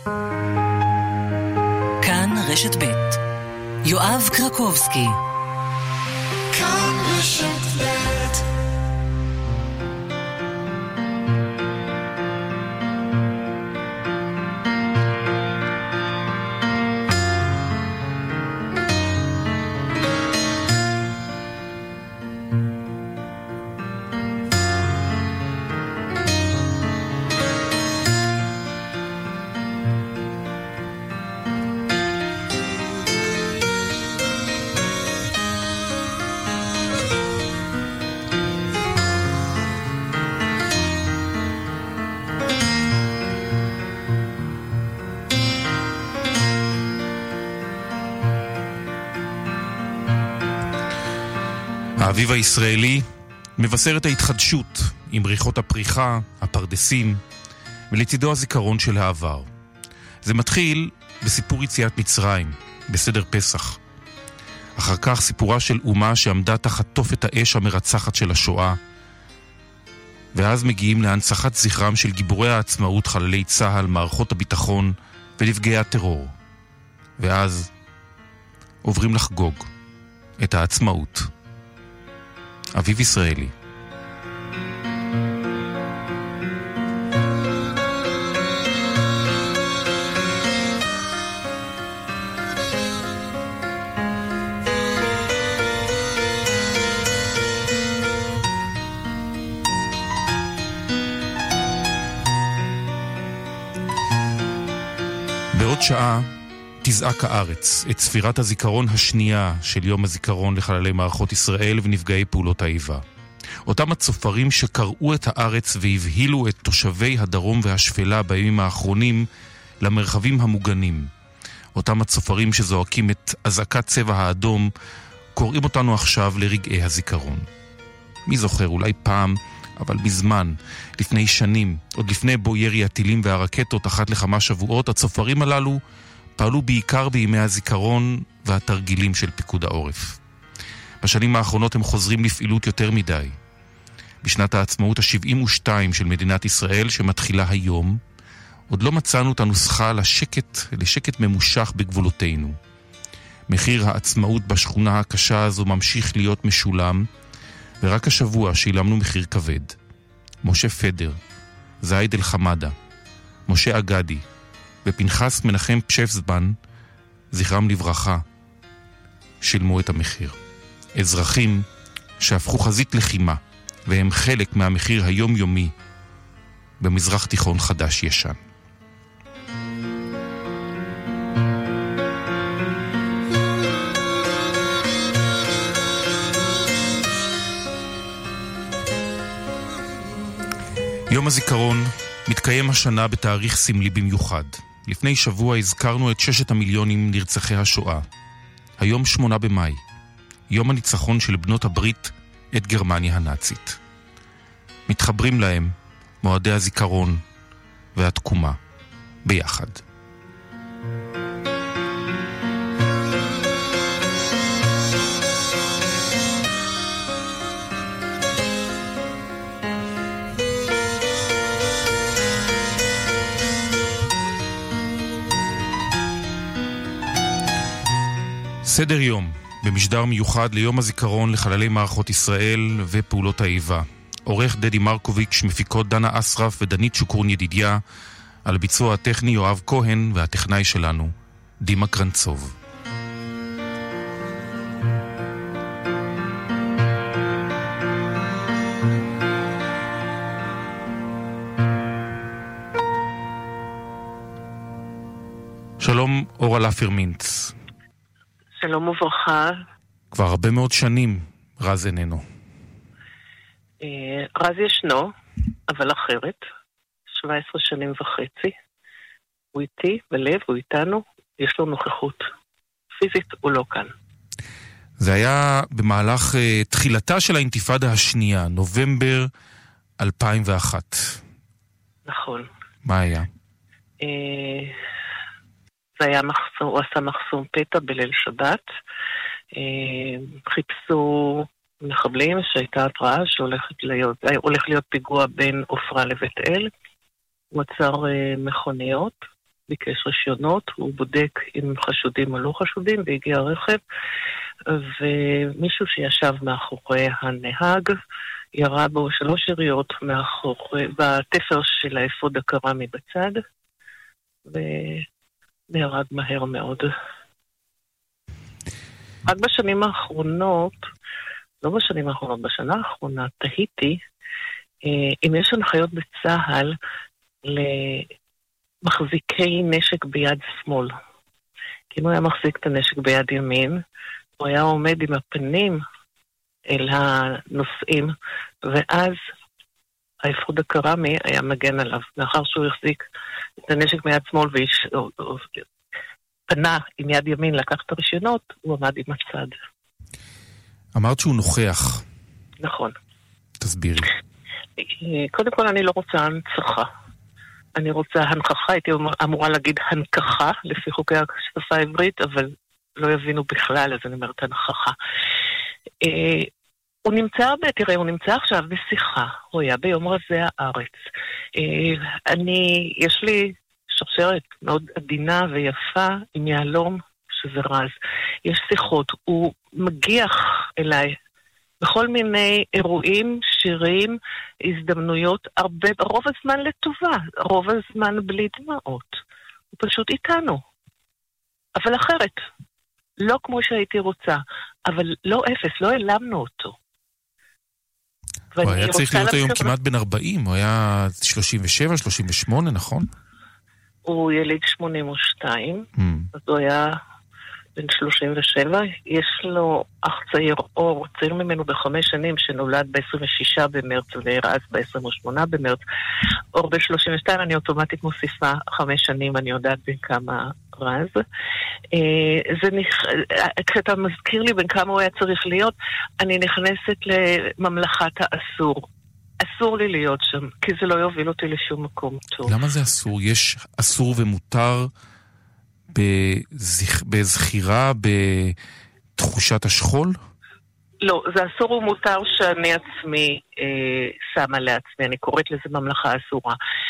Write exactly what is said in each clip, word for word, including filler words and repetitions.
כאן רשת ב' יואב קרקובסקי. כאן רשת ב'. האביב הישראלי מבשר את ההתחדשות עם ריחות הפריחה, הפרדסים, ולצידו הזיכרון של העבר. זה מתחיל בסיפור יציאת מצרים, בסדר פסח. אחר כך סיפורה של אומה שעמדה תחת תופת האש המרצחת של השואה, ואז מגיעים להנצחת זכרם של גיבורי העצמאות, חללי צהל, מערכות הביטחון ונפגעי הטרור. ואז עוברים לחגוג את העצמאות. אביב ישראלי. בעוד שעה תזעק הארץ את ספירת הזיכרון השנייה של יום הזיכרון לחללי מערכות ישראל ונפגעי פעולות האיבה. אותם הצופרים שקראו את הארץ והבהילו את תושבי הדרום והשפלה בימים האחרונים למרחבים המוגנים. אותם הצופרים שזועקים את אזעקת צבע האדום קוראים אותנו עכשיו לרגעי הזיכרון. מי זוכר, אולי פעם, אבל מזמן, לפני שנים, עוד לפני בו ירי הטילים והרקטות אחת לכמה שבועות, הצופרים הללו פעלו בעיקר בימי הזיכרון והתרגילים של פיקוד העורף. בשנים האחרונות הם חוזרים לפעילות יותר מדי. בשנת העצמאות ה-שבעים ושתיים של מדינת ישראל, שמתחילה היום, עוד לא מצאנו את הנוסחה לשקט, לשקט ממושך בגבולותינו. מחיר העצמאות בשכונה הקשה הזו ממשיך להיות משולם, ורק השבוע שילמנו מחיר כבד. משה פדר, זייד אל חמדה, משה אגדי, ופנחס מנחם פשפסבן, זכרם לברכה, שילמו את המחיר. אזרחים שהפכו חזית לחימה, והם חלק מהמחיר היומיומי במזרח תיכון חדש ישן. יום הזיכרון מתקיים השנה בתאריך סמלי במיוחד. לפני שבוע הזכרנו את ששת המיליונים נרצחי השואה. היום שמונה במאי, יום הניצחון של בנות הברית את גרמניה הנאצית. מתחברים להם מועדי הזיכרון והתקומה ביחד. סדר יום במשדר מיוחד ליום הזיכרון לחללי מערכות ישראל ופעולות האיבה. עורך דדי מרקוביץ', מפיקות דנה אסרף ודנית שוקרון ידידיה, על ביצוע הטכני יואב כהן, והטכנאי שלנו דימה קרנצוב. שלום אורה לפרמינץ. שלום וברכה. כבר הרבה מאוד שנים רז איננו. רז ישנו, אבל אחרת. שבע עשרה שנים וחצי. הוא איתי בלב, הוא איתנו, יש לו נוכחות. פיזית הוא לא כאן. זה היה במהלך uh, תחילתה של האינתיפאדה השנייה, נובמבר אלפיים ואחת. נכון. מה היה? Uh, זה היה מחסום, הוא עשה מחסום פתע בליל שבת. Uh, חיפשו מחבלים שהייתה התראה שהולכת להיות, הולך להיות פיגוע בין אופרה לבית אל. הוא עצר uh, מכוניות ביקש רישיונות, הוא בודק אם חשודים או לא חשודים, והגיע הרכב, ומישהו שישב מאחורי הנהג, ירה בו שלוש יריות מאחורי, בתפר של האפוד הקרמי בצד, ונהרג מהר מאוד. רק בשנים האחרונות, לא בשנים האחרונות, בשנה האחרונה, תהיתי, אם יש הנחיות בצהל למחזיקי נשק ביד שמאל. כי אם הוא היה מחזיק את הנשק ביד ימין, הוא היה עומד עם הפנים אל הנושאים, ואז האפוד הקרמי היה מגן עליו. מאחר שהוא החזיק את הנשק מיד שמאל ופנה עם יד ימין לקח את הרישיונות, הוא עמד עם הצד. אמרת שהוא נוכח. נכון. תסבירי. קודם כל אני לא רוצה הנצחה. אני רוצה הנחכה, הייתי אמורה להגיד הנכחה, לפי חוקי השפה העברית, אבל לא יבינו בכלל, אז אני אומרת הנחכה. הוא נמצא, תראה, הוא נמצא עכשיו בשיחה, הוא היה ביום רזי הארץ. אני, יש לי שרשרת מאוד עדינה ויפה עם יעלום שזה רז. יש שיחות, הוא מגיח אליי בכל מיני אירועים, שירים, הזדמנויות, הרבה, רוב הזמן לטובה, רוב הזמן בלי דמעות. הוא פשוט איתנו. אבל אחרת, לא כמו שהייתי רוצה, אבל לא אפס, לא העלמנו אותו. הוא היה צריך להיות היום כמעט בן ארבעים, הוא היה שלושים ושבע, שלושים ושמונה, נכון? הוא יליד שמונים ושתיים, אז הוא היה בן שלושים ושבע, יש לו אח צעיר אור, צעיר ממנו בחמש שנים, שנולד ב-עשרים ושישה במרץ ונהרג ב-עשרים ושמונה במרץ. אור ב-שלושים ושתיים, אני אוטומטית מוסיפה חמש שנים, אני יודעת בין כמה רז. זה נכ... כשאתה מזכיר לי בין כמה הוא היה צריך להיות, אני נכנסת לממלכת האסור. אסור לי להיות שם, כי זה לא יוביל אותי לשום מקום טוב. למה זה אסור? יש אסור ומותר בזכ... בזכירה, בתחושת השכול? לא, זה אסור ומותר שאני עצמי אה, שמה לעצמי, אני קוראת לזה ממלכה אסורה.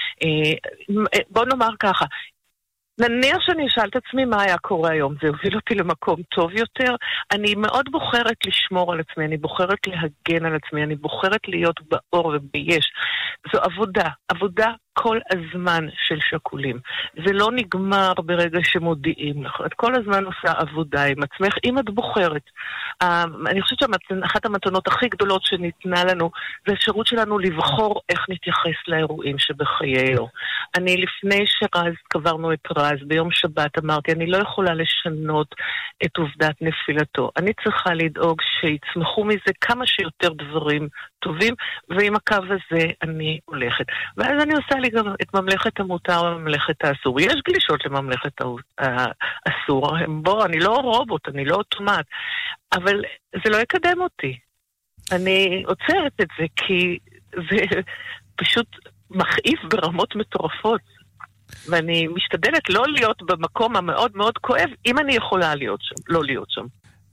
אה, בוא נאמר ככה, נניח שאני אשאל את עצמי מה היה קורה היום, זה הוביל אותי למקום טוב יותר. אני מאוד בוחרת לשמור על עצמי, אני בוחרת להגן על עצמי, אני בוחרת להיות באור וביש. זו עבודה, עבודה כל הזמן של שקולים. זה לא נגמר ברגע שמודיעים לך. את כל הזמן עושה עבודה עם עצמך, אם את בוחרת. אני חושבת שאחת המתנות הכי גדולות שניתנה לנו, זה האפשרות שלנו לבחור איך נתייחס לאירועים שבחיינו. אני לפני שרז, קברנו את רז, ביום שבת אמרתי, אני לא יכולה לשנות את עובדת נפילתו. אני צריכה לדאוג שיצמחו מזה כמה שיותר דברים טובים, ועם הקו הזה אני הולכת. ואז אני עושה לי גם את ממלכת המותר וממלכת האסור. יש גלישות לממלכת האסור. בוא, אני לא רובוט, אני לא אוטומט, אבל זה לא יקדם אותי. אני עוצרת את זה, כי זה פשוט מכעיף ברמות מטורפות. ואני משתדלת לא להיות במקום המאוד מאוד כואב, אם אני יכולה להיות שם, לא להיות שם.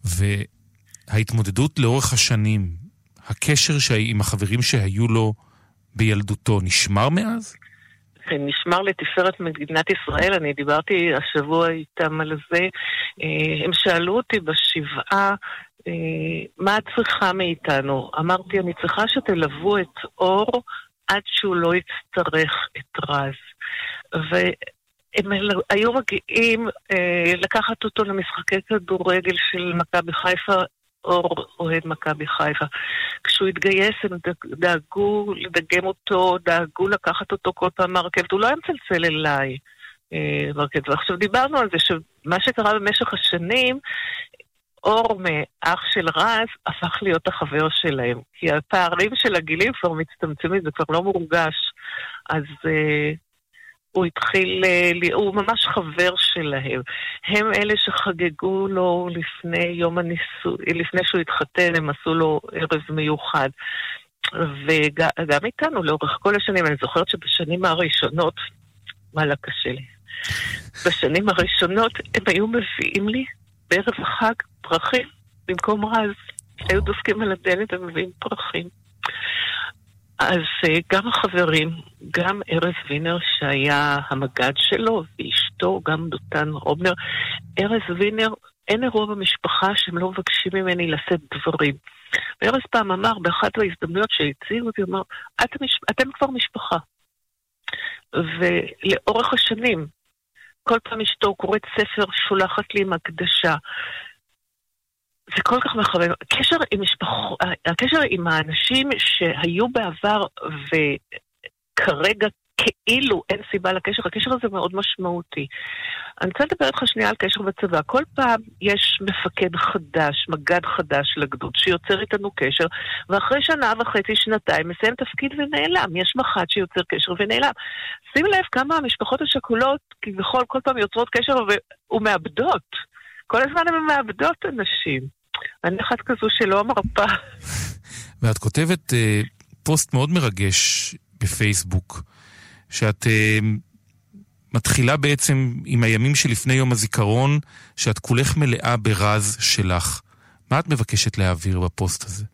וההתמודדות לאורך השנים, הקשר עם החברים שהיו לו בילדותו, נשמר מאז? נשמר לתפארת מדינת ישראל, אני דיברתי השבוע איתם על זה, הם שאלו אותי בשבעה, מה את צריכה מאיתנו? אמרתי, אני צריכה שתלוו את אור עד שהוא לא יצטרך את רז. והם היו מגיעים לקחת אותו למשחקי כדורגל של מכבי חיפה, אור אוהד מכבי חיפה. כשהוא התגייס הם דאגו לדגם אותו, דאגו לקחת אותו כל פעם מהרכבת. הוא לא היה מצלצל אליי מרכבת. ועכשיו דיברנו על זה שמה שקרה במשך השנים, אור מאח של רז הפך להיות החבר שלהם. כי הפערים של הגילים כבר מצטמצמים, זה כבר לא מורגש. אז uh, הוא התחיל, uh, הוא ממש חבר שלהם. הם אלה שחגגו לו לפני יום הניסוי, לפני שהוא התחתן, הם עשו לו ערב מיוחד. וגם איתנו לאורך כל השנים, אני זוכרת שבשנים הראשונות, וואלה קשה לי, בשנים הראשונות הם היו מביאים לי בערב החג פרחים במקום רז. היו דופקים על הדלת ומביאים פרחים. אז גם החברים, גם ארז וינר שהיה המגד שלו, ואשתו, גם דותן רובנר, ארז וינר, אין אירוע במשפחה שהם לא מבקשים ממני לשאת דברים. וארז פעם אמר, באחת ההזדמנויות שהציעו אותי, אמר, אתם, אתם כבר משפחה. ולאורך השנים, כל פעם אשתו קוראת ספר, שולחת לי עם הקדשה. זה כל כך מחבר. הקשר עם משפחות, הקשר עם האנשים שהיו בעבר וכרגע כאילו אין סיבה לקשר, הקשר הזה מאוד משמעותי. אני רוצה לדבר איתך שנייה על קשר בצבא. כל פעם יש מפקד חדש, מגד חדש לגדוד, שיוצר איתנו קשר, ואחרי שנה וחצי, שנתיים, מסיים תפקיד ונעלם. יש מח"ט שיוצר קשר ונעלם. שים לב כמה המשפחות השכולות, כביכול כל פעם יוצרות קשר ומאבדות. כל הזמן הן מאבדות אנשים. אני אחת כזו שלא המרפא. ואת כותבת uh, פוסט מאוד מרגש בפייסבוק, שאת uh, מתחילה בעצם עם הימים שלפני יום הזיכרון, שאת כולך מלאה ברז שלך. מה את מבקשת להעביר בפוסט הזה?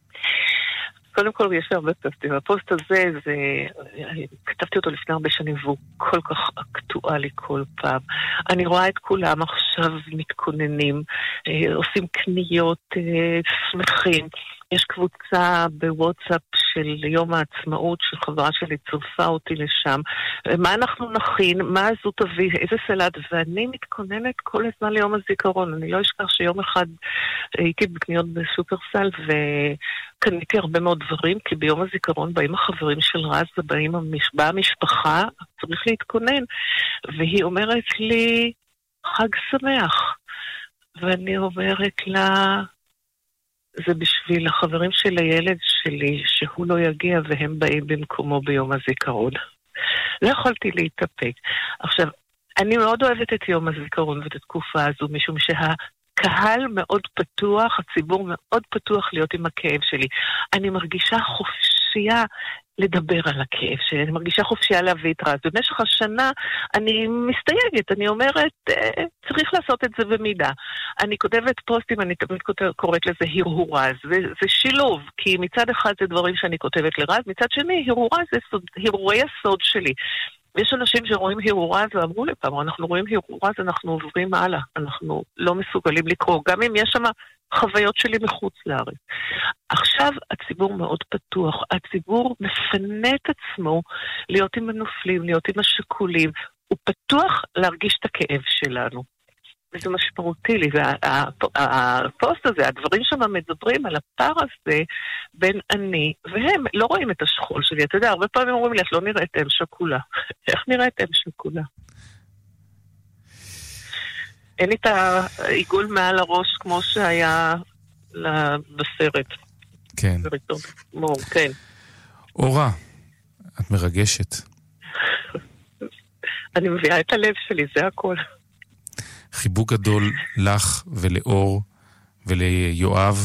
קודם כל, יש לי הרבה פוסטים. הפוסט הזה, זה... כתבתי אותו לפני הרבה שנים, והוא כל כך אקטואלי כל פעם. אני רואה את כולם עכשיו מתכוננים, עושים קניות, שמחים. יש קבוצה בוואטסאפ של יום העצמאות, שחברה שלי צורפה אותי לשם. מה אנחנו נכין? מה זו תביא? איזה סלט? ואני מתכוננת כל הזמן ליום הזיכרון. אני לא אשכח שיום אחד הייתי בקניות בסופרסל, וקניתי הרבה מאוד דברים, כי ביום הזיכרון באים החברים של רז, ובאים באה המשפחה, צריך להתכונן. והיא אומרת לי, חג שמח. ואני אומרת לה... זה בשביל החברים של הילד שלי, שהוא לא יגיע והם באים במקומו ביום הזיכרון. לא יכולתי להתאפק. עכשיו, אני מאוד אוהבת את יום הזיכרון ואת התקופה הזו, משום שהקהל מאוד פתוח, הציבור מאוד פתוח להיות עם הכאב שלי. אני מרגישה חופשייה לדבר על הכאב שלי, אני מרגישה חופשייה להביא את רז. במשך השנה אני מסתייגת, אני אומרת, אה, צריך לעשות את זה במידה. אני כותבת פוסטים, אני תמיד קוראת לזה הרהורז, זה שילוב, כי מצד אחד זה דברים שאני כותבת לרז, מצד שני, הרהורז זה סוד, הרהורי הסוד שלי. יש אנשים שרואים הרהורז ואמרו לי פעם, אנחנו רואים הרהורז, אנחנו עוברים הלאה, אנחנו לא מסוגלים לקרוא, גם אם יש שם חוויות שלי מחוץ לארץ. עכשיו הציבור מאוד פתוח, הציבור מפנה את עצמו להיות עם הנופלים, להיות עם השכולים, הוא פתוח להרגיש את הכאב שלנו. וזה משמעותי לי, והפוסט הזה, הדברים שם מדברים על הפער הזה בין אני, והם לא רואים את השכול שלי. אתה יודע, הרבה פעמים אומרים לי, את לא נראית אם שכולה. איך נראית אם שכולה? אין לי את העיגול מעל הראש כמו שהיה בסרט. כן. מור, כן. אורה, את מרגשת. אני מביאה את הלב שלי, זה הכל. חיבוק גדול לך ולאור וליואב,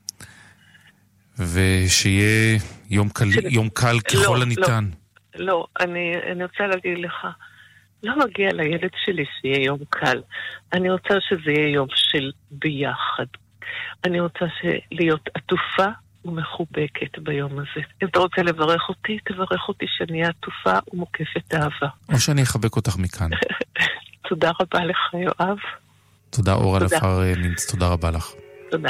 ושיהיה יום קל, של... יום קל ככל לא, הניתן. לא, לא, אני, אני רוצה להגיד לך, לא מגיע לילד שלי שיהיה יום קל. אני רוצה שזה יהיה יום של ביחד. אני רוצה להיות עטופה ומחובקת ביום הזה. אם אתה רוצה לברך אותי, תברך אותי שאני אהיה עטופה ומוקפת אהבה. או שאני אחבק אותך מכאן. תודה רבה לך, יואב. תודה, אורה לפר נמצ. תודה רבה לך. תודה.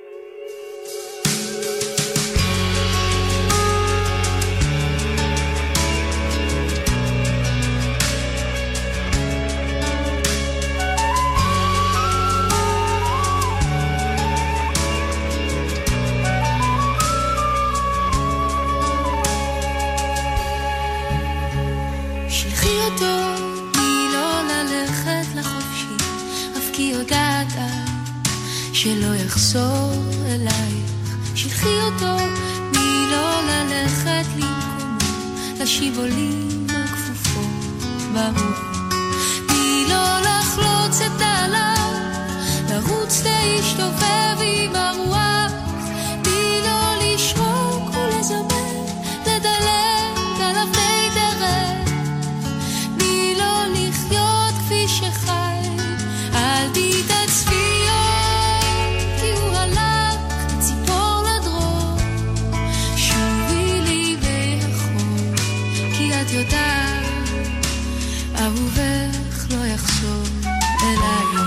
שלא יחזור אלייך, שלחי אותו מי לא ללכת למקומו, לשיבולים הכפופות ברוח, מי לא לחלוץ את עליו, לרוץ להשתובב עם הרוח, מי לא לשרוק ולזמר, לדלג על אבני דרך, מי לא לחיות כפי שחי, אל תתעצבי ציפור לדרור, שובי לי אליי.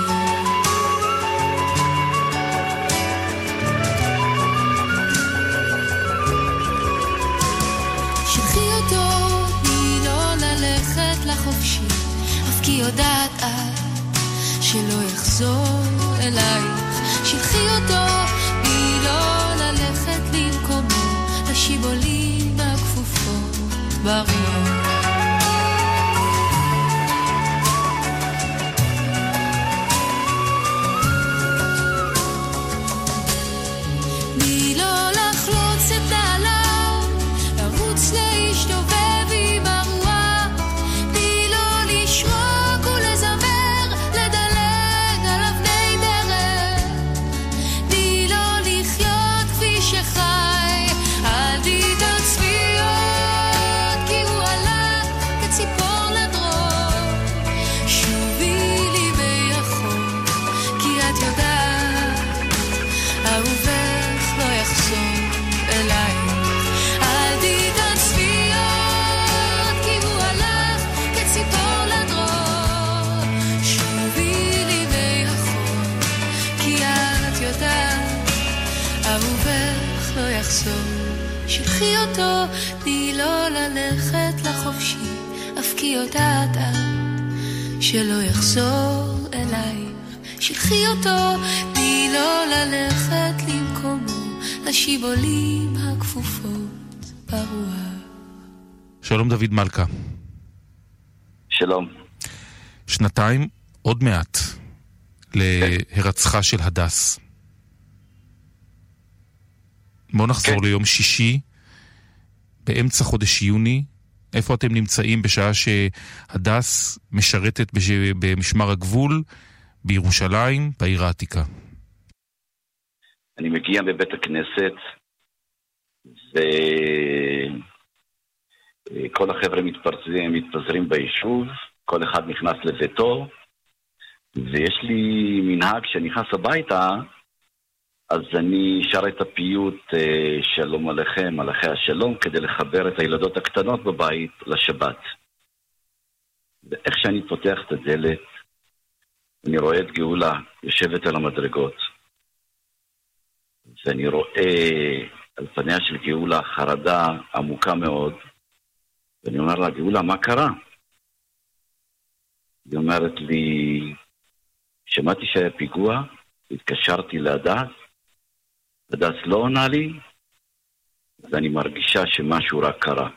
שלחי אותו, תני לו ללכת לחופשי, אף כי יודעת את שלא יחזור אלייך. שלחי אותו, תני לו ללכת למקומו, לשיבולים הכפופות ברוח. שלחי אותו, תני לו ללכת לחופשי, אף כי יודעת את שלא יחזור אלייך. שלחי אותו, תני לו ללכת למקומו, לשיבולים הכפופות ברוח. שלום דוד מלכה. שלום. שנתיים עוד מעט להירצחה של הדס. בואו נחזור ליום שישי, באמצע חודש יוני. איפה אתם נמצאים בשעה שהדס משרתת במשמר הגבול בירושלים, בעיר העתיקה? אני מגיע בבית הכנסת, וכל החבר'ה מתפזרים, מתפזרים ביישוב, כל אחד נכנס לביתו, ויש לי מנהג שנכנס הביתה, אז אני שר את הפיוט שלום עליכם, מלאכי השלום, כדי לחבר את הילדות הקטנות בבית לשבת. ואיך שאני פותח את הדלת, אני רואה את גאולה יושבת על המדרגות, ואני רואה על פניה של גאולה חרדה עמוקה מאוד, ואני אומר לה, גאולה, מה קרה? היא אומרת לי, שמעתי שהיה פיגוע, התקשרתי להדס, הדס לא עונה לי, ואני מרגישה שמשהו רק קרה.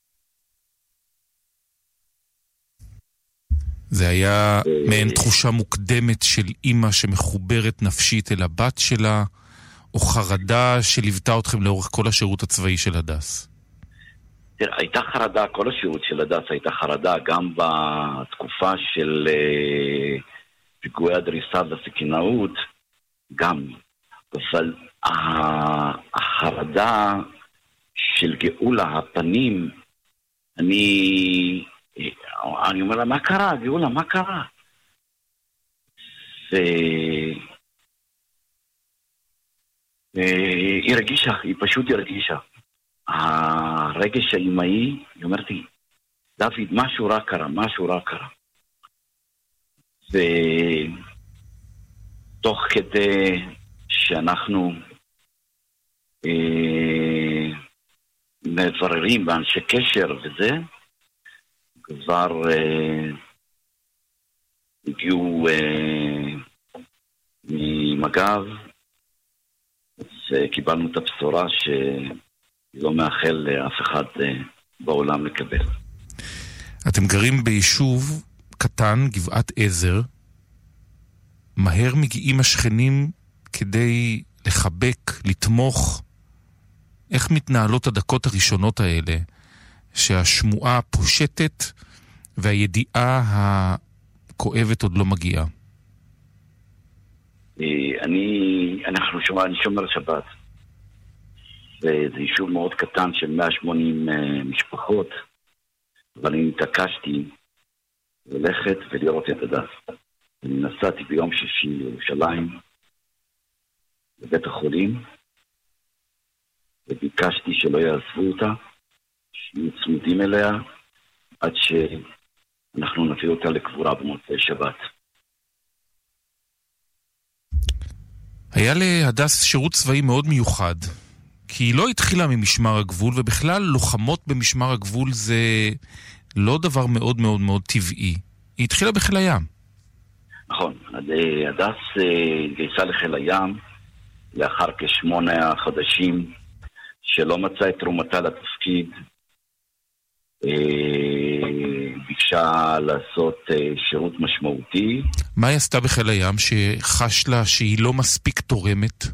זה היה מעין תחושה מוקדמת של אימא שמחוברת נפשית אל הבת שלה, או חרדה שליוותה אתכם לאורך כל השירות הצבאי של הדס? תראה, הייתה חרדה, כל השירות של הדס הייתה חרדה, גם בתקופה של uh, פיגועי הדריסה והסכינאות, גם. אבל החרדה של גאולה, הפנים, אני, אני אומר לה, מה קרה, גאולה, מה קרה? והיא הרגישה, היא פשוט הרגישה. הרגש האימהי, היא אומרת לי, דוד, משהו רע קרה, משהו רע קרה. ותוך כדי שאנחנו אה, מבררים באנשי קשר וזה, כבר אה, הגיעו אה, ממג"ב, אז אה, קיבלנו את הבשורה שלא מאחל לאף אחד אה, בעולם לקבל. אתם גרים ביישוב קטן, גבעת עזר, מהר מגיעים השכנים כדי לחבק, לתמוך. איך מתנהלות הדקות הראשונות האלה שהשמועה פושטת והידיעה הכואבת עוד לא מגיעה? אני, אנחנו שומע, אני שומר שבת. זה יישוב מאוד קטן של מאה ושמונים משפחות, אבל אני התעקשתי ללכת ולראות את הדס. אני נסעתי ביום שישי לירושלים, בבית החולים, וביקשתי שלא יעזבו אותה, שיהיו צמודים אליה, עד שאנחנו נביא אותה לקבורה במוצאי שבת. היה להדס שירות צבאי מאוד מיוחד, כי היא לא התחילה ממשמר הגבול, ובכלל לוחמות במשמר הגבול זה לא דבר מאוד מאוד מאוד טבעי. היא התחילה בחיל הים. נכון, הדס התגייסה לחיל הים לאחר כשמונה חודשים שלא מצא את תרומתה לתפקיד. ביקשה לעשות שירות משמעותי. מה היא עשתה בחיל הים שחש לה שהיא לא מספיק תורמת?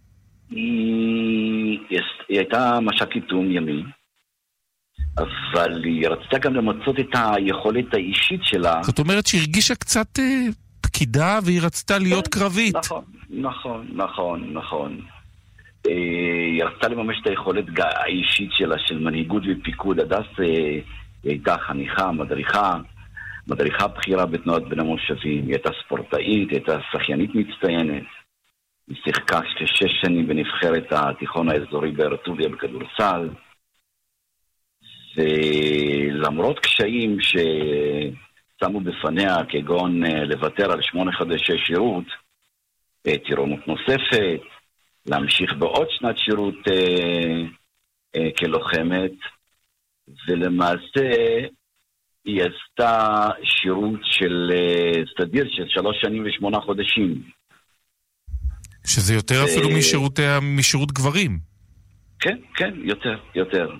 היא, היא הייתה מש"קית תיאום ימי, אבל היא רצתה גם למצות את היכולת האישית שלה. זאת אומרת שהרגישה קצת אה, פקידה והיא רצתה להיות קרבית. נכון, נכון, נכון, נכון. היא רצתה לממש את היכולת האישית שלה של מנהיגות ופיקוד. הדס היא הייתה חניכה, מדריכה, מדריכה בחירה בתנועת בין המושבים. היא הייתה ספורטאית, היא הייתה שחיינית מצטיינת. היא שיחקה כשש שנים בנבחרת התיכון האזורי בארטוביה בכדורסל. ולמרות קשיים ששמו בפניה, כגון לוותר על שמונה חודשי שירות, טירונות נוספת, להמשיך בעוד שנת שירות אה, אה, כלוחמת, ולמעשה היא עשתה שירות של אה, סדיר של שלוש שנים ושמונה חודשים. שזה יותר אפילו ו... משירות, משירות גברים. כן, כן, יותר, יותר.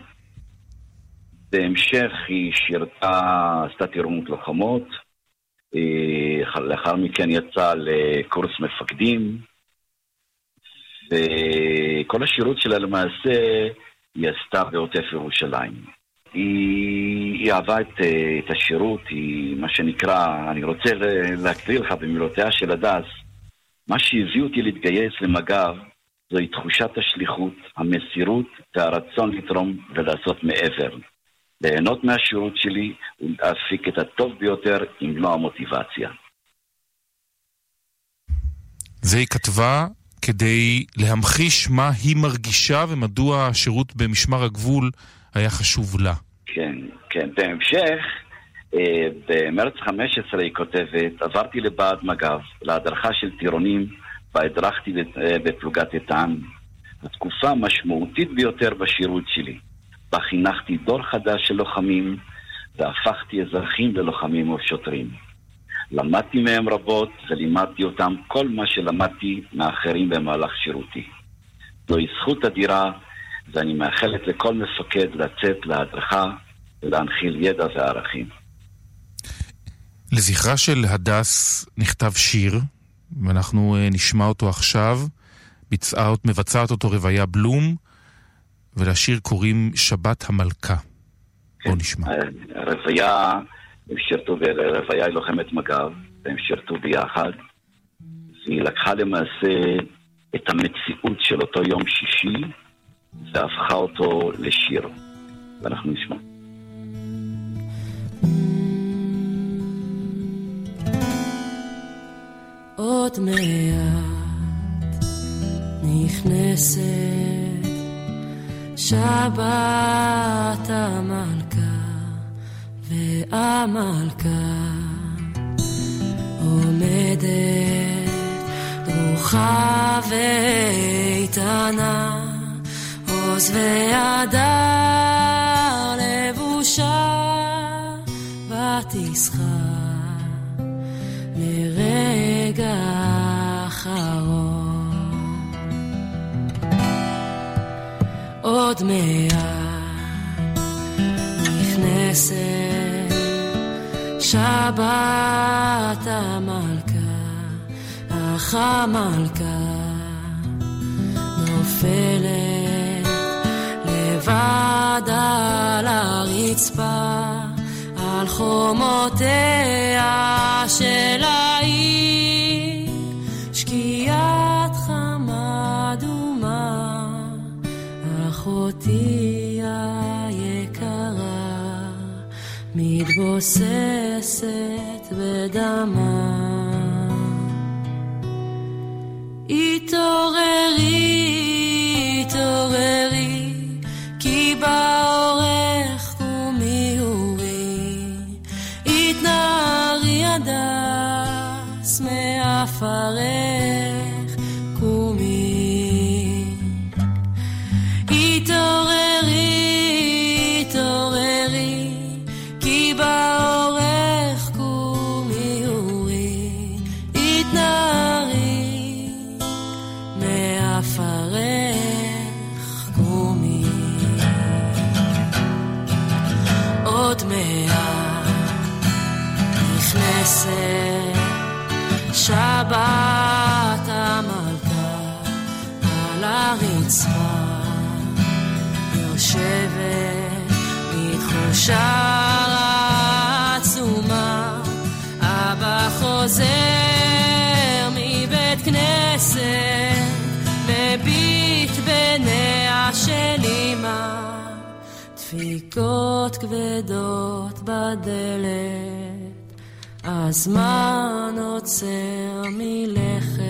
בהמשך היא שירתה, עשתה טירונות לוחמות, אה, לאחר מכן יצאה לקורס מפקדים, וכל השירות שלה למעשה היא עשתה בעוטף ירושלים. היא, היא אהבה את, את השירות, היא מה שנקרא, אני רוצה להקריא לך במילותיה של הדס, מה שהביא אותי להתגייס למג"ב זוהי תחושת השליחות, המסירות והרצון לתרום ולעשות מעבר. ליהנות מהשירות שלי ולהפיק את הטוב ביותר עם לא המוטיבציה. זה היא כתבה כדי להמחיש מה היא מרגישה ומדוע השירות במשמר הגבול היה חשוב לה. כן, כן. בהמשך, במרץ חמש עשרה היא כותבת, עברתי לבה"ד מג"ב, להדרכה של טירונים, והדרכתי בפלוגת איתן. התקופה המשמעותית ביותר בשירות שלי. בה חינכתי דור חדש של לוחמים, והפכתי אזרחים ללוחמים ושוטרים. למדתי מהם רבות ולימדתי אותם כל מה שלמדתי מאחרים במהלך שירותי. זוהי זכות אדירה, ואני מאחלת לכל מפקד לצאת להדרכה ולהנחיל ידע וערכים. לזכרה של הדס נכתב שיר, ואנחנו נשמע אותו עכשיו. ביצעה, מבצעת אותו רוויה בלום, ולשיר קוראים שבת המלכה. בוא נשמע. רוויה, הם שירתו, רוויה היא לוחמת מג"ב, והם שירתו ביחד, והיא לקחה למעשה את המציאות של אותו יום שישי, והפכה אותו לשיר. ואנחנו נשמע. עוד מעט נכנסת שבת המלכה, והמלכה עומדת דרוכה ואיתנה, עוז והדר לבושה, ותשחה לרגע אחרון. עוד מעט נכנסת שבת המלכה, אך המלכה נופלת לבד על הרצפה, על חומותיה של העיר, שקיעת חמה דומה, אחותי היקרה מתבוססת בדמה. התעוררי, התעוררי, כי באורך קומי אורי, התנערי הדס מעפרך, קומי עצמה יושבת בתחושה עצומה. אבא חוזר מבית כנסת, מביט בעיניה של אמא, דפיקות כבדות בדלת, הזמן עוצר מלכת.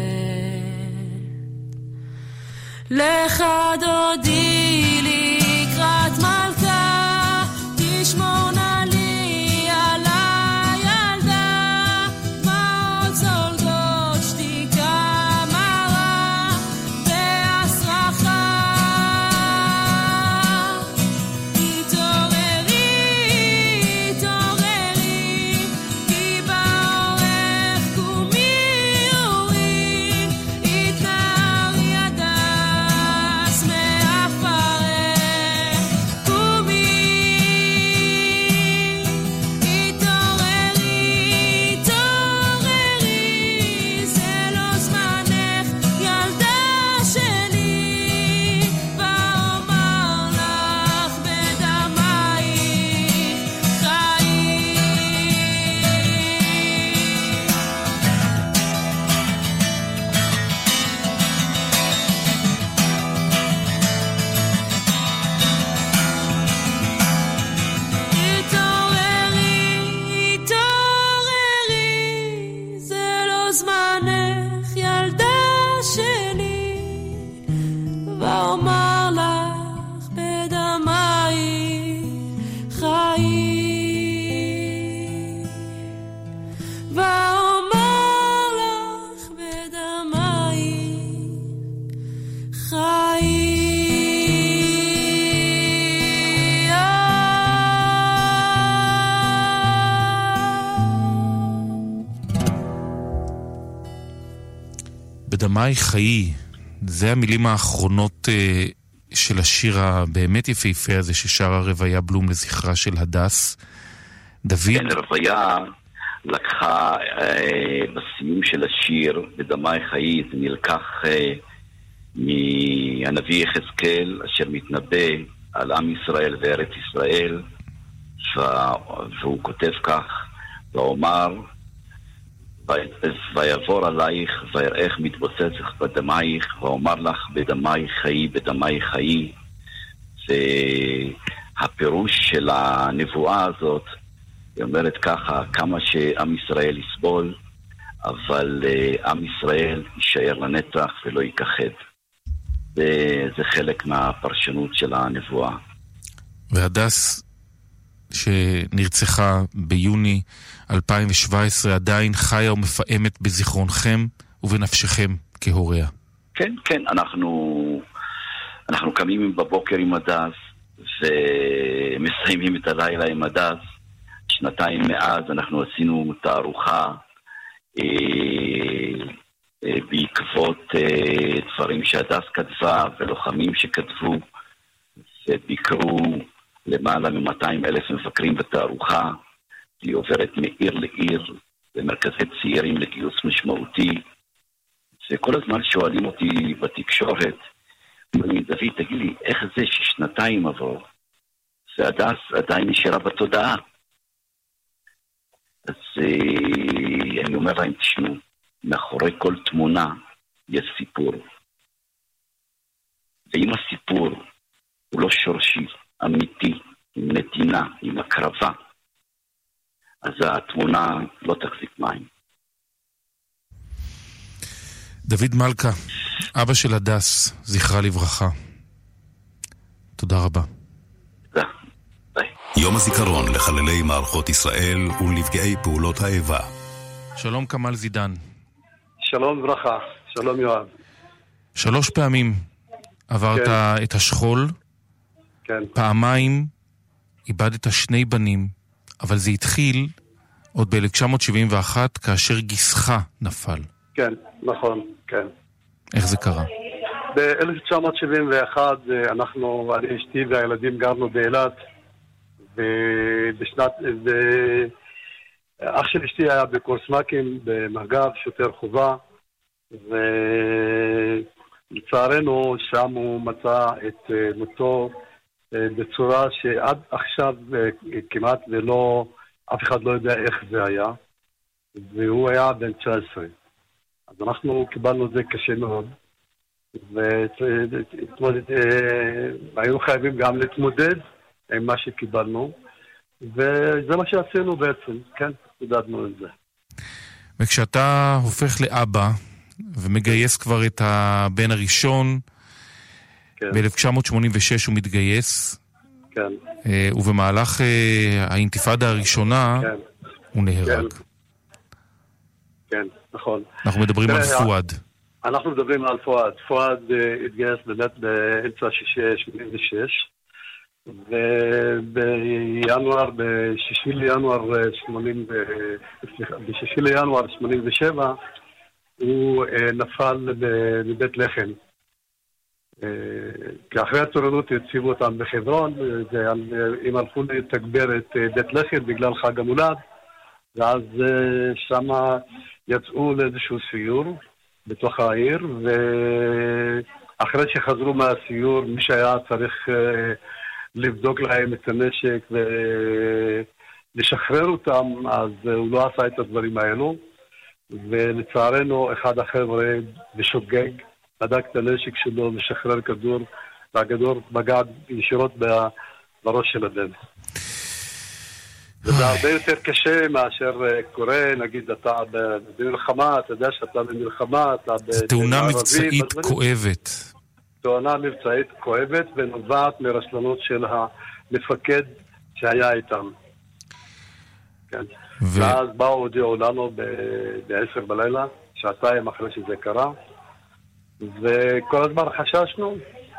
לך דודי לקראת מלכה, תשמור נא לי על הילדה, מה עוד זולגות שתיקה מרה והסרחה. התעוררי, התעוררי, כי בעורך קומי אורי, התנערי הדס מהפרך. קומי, התעוררי, התעוררי, זה לא זמנך ילדה שלי, ואומר לך בדמייך חיי. התעוררי, התעוררי, זה לא זמנך ילדה שלי, ואומר לך בדמייך חיי. ואומר לך בדמייך חיי. בדמי חיי, זה המילים האחרונות אה, של השיר הבאמת יפהפה הזה ששרה רוויה בלום לזכרה של הדס. דוד, כן, רוויה לקחה אה, בסיום של השיר בדמי חיי, זה נלקח אה, מהנביא יחזקאל אשר מתנבא על עם ישראל וארץ ישראל, והוא כותב כך, ואומר ויעבור עלייך ויראך מתבוססך בדמייך, ואומר לך בדמייך חיי, בדמייך חיי. והפירוש של הנבואה הזאת היא אומרת ככה, כמה שעם ישראל יסבול, אבל uh, עם ישראל יישאר לנצח ולא ייכחד. זה חלק מהפרשנות של הנבואה. והדס שנרצחה ביוני אלפיים שבע עשרה עדיין חיה ומפעמת בזיכרונכם ובנפשכם כהוריה. כן, כן, אנחנו אנחנו קמים בבוקר עם הדס ומסיימים את הלילה עם הדס. שנתיים מאז אנחנו עשינו תערוכה אה, אה, בעקבות אה, דברים שהדס כתבה ולוחמים שכתבו, וביקרו למעלה מ-מאתיים אלף מבקרים בתערוכה. היא עוברת מעיר לעיר במרכזי צעירים לגיוס משמעותי, וכל הזמן שואלים אותי בתקשורת, אומרים, דוד, תגיד לי, איך זה ששנתיים עבור והדס עדיין נשארה בתודעה? אז אני אומר להם, תשמעו, מאחורי כל תמונה יש סיפור, ואם הסיפור הוא לא שורשי, אמיתי, עם נתינה, עם הקרבה, אז התמונה לא תחזיק מים. דוד מלכה, אבא של הדס, זכרה לברכה. תודה רבה. תודה. ביי. יום הזיכרון לחללי מערכות ישראל ולנפגעי פעולות האיבה. שלום כמאל זידן. שלום ברכה, שלום יואב. שלוש פעמים עברת כן. את השכול, כן. פעמיים איבדת שני בנים, אבל זה התחיל עוד ב-אלף תשע מאות שבעים ואחת כאשר גיסך נפל. כן, נכון, כן. איך זה קרה? ב-אלף תשע מאות שבעים ואחת אנחנו, אני אשתי והילדים גרנו באילת, ובשנת, אח של אשתי היה בקורס מ"כים במג"ב, שוטר חובה, לצערנו שם הוא מצא את מותו בצורה שעד עכשיו כמעט ולא, אף אחד לא יודע איך זה היה, והוא היה בן תשע עשרה. אז אנחנו קיבלנו את זה קשה מאוד, והיינו חייבים גם להתמודד עם מה שקיבלנו, וזה מה שעשינו בעצם, כן, תדענו את זה. וכשאתה הופך לאבא, ומגייס כבר את הבן הראשון, כן. ב-אלף תשע מאות שמונים ושש הוא מתגייס, כן. ובמהלך האינתיפאדה הראשונה, כן. הוא נהרג. כן. כן, נכון. אנחנו מדברים על פואד. אנחנו מדברים על פואד. פואד התגייס באמת באמצע שמונים ושש, ובינואר, בשישי לינואר שמונים ושבע, הוא נפל בבית לחם. כי אחרי התורנות הציבו אותם בחברון, הם הלכו לתגבר את בית לחם בגלל חג המולד, ואז שם יצאו לאיזשהו סיור בתוך העיר, ואחרי שחזרו מהסיור, מי שהיה צריך לבדוק להם את הנשק ולשחרר אותם, אז הוא לא עשה את הדברים האלו, ולצערנו אחד החבר'ה בשוגג בדק את הנשק שלו ושחרר כדור, והכדור פגע ישירות בראש של הבן. וזה הרבה יותר קשה מאשר קורה, נגיד אתה במלחמה, אתה יודע שאתה במלחמה, אתה זו תאונה מבצעית כואבת. תאונה מבצעית כואבת ונובעת מרשלנות של המפקד שהיה איתם. כן. ו... ואז באו הודיעו לנו ב-עשר בלילה, שעתיים אחרי שזה קרה, וכל הזמן חששנו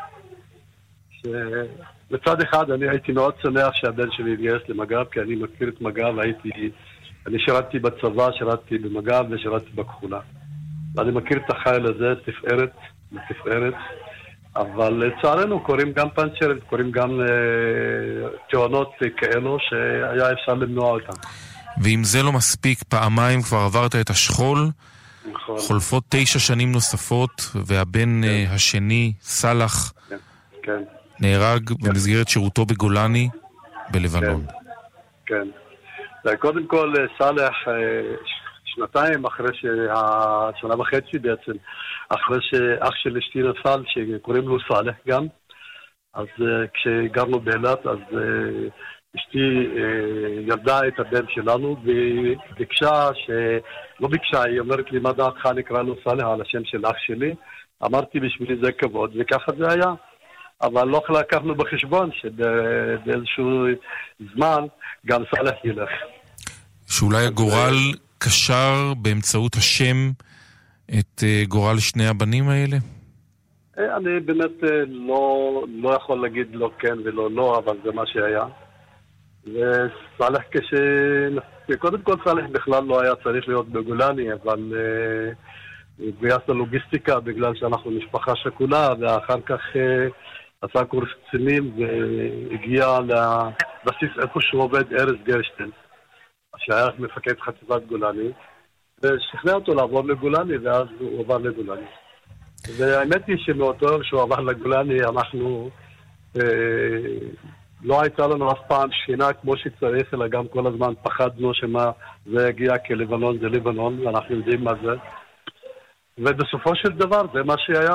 שבצד אחד אני הייתי מאוד שמח שהבן שלי התגייס למג"ב, כי אני מכיר את מג"ב, הייתי, אני שירתתי בצבא, שירתתי במג"ב ושירתתי בכחולה. ואני מכיר את החייל הזה, תפארת, תפארת, אבל לצערנו קוראים גם פנצ'רים, קוראים גם אה, תאונות כאלו שהיה אפשר למנוע אותם. ואם זה לא מספיק, פעמיים כבר עברת את השכול, נכון. חולפות תשע שנים נוספות, והבן כן. השני, סלח, כן. כן. נהרג כן. במסגרת שירותו בגולני, בלבנון. כן, כן. קודם כל, סלח, שנתיים אחרי שנה וחצי בעצם, אחרי שאח של אשתי נפל, שקוראים לו סלח גם, אז כשגרנו באילת, אז אשתי ילדה את הבן שלנו, וביקשה, לא ביקשה, היא אומרת לי, מה דעתך נקרא לו סלח על השם של אח שלי? אמרתי, בשבילי זה כבוד, וככה זה היה. אבל לא לקחנו בחשבון שבאיזשהו זמן גם סלח ילך. שאולי הגורל קשר באמצעות השם את גורל שני הבנים האלה? אני באמת לא, לא יכול להגיד לא כן ולא לא, אבל זה מה שהיה. וסלח כש... קודם כל סלח בכלל לא היה צריך להיות בגולני, אבל גויס ללוגיסטיקה בגלל שאנחנו משפחה שכולה, ואחר כך עשה קורס קצינים והגיע לבסיס איפה שהוא עובד, ארז גרשטיין, שהיה מפקד חטיבת גולני, ושכנע אותו לעבור לגולני, ואז הוא עבר לגולני. והאמת היא שמאותו שהוא עבר לגולני, אנחנו, אה, לא הייתה לנו אף פעם שינה כמו שצריך, אלא גם כל הזמן פחדנו שמה זה יגיע כלבנון, זה לבנון, ואנחנו יודעים מה זה. ובסופו של דבר, זה מה שהיה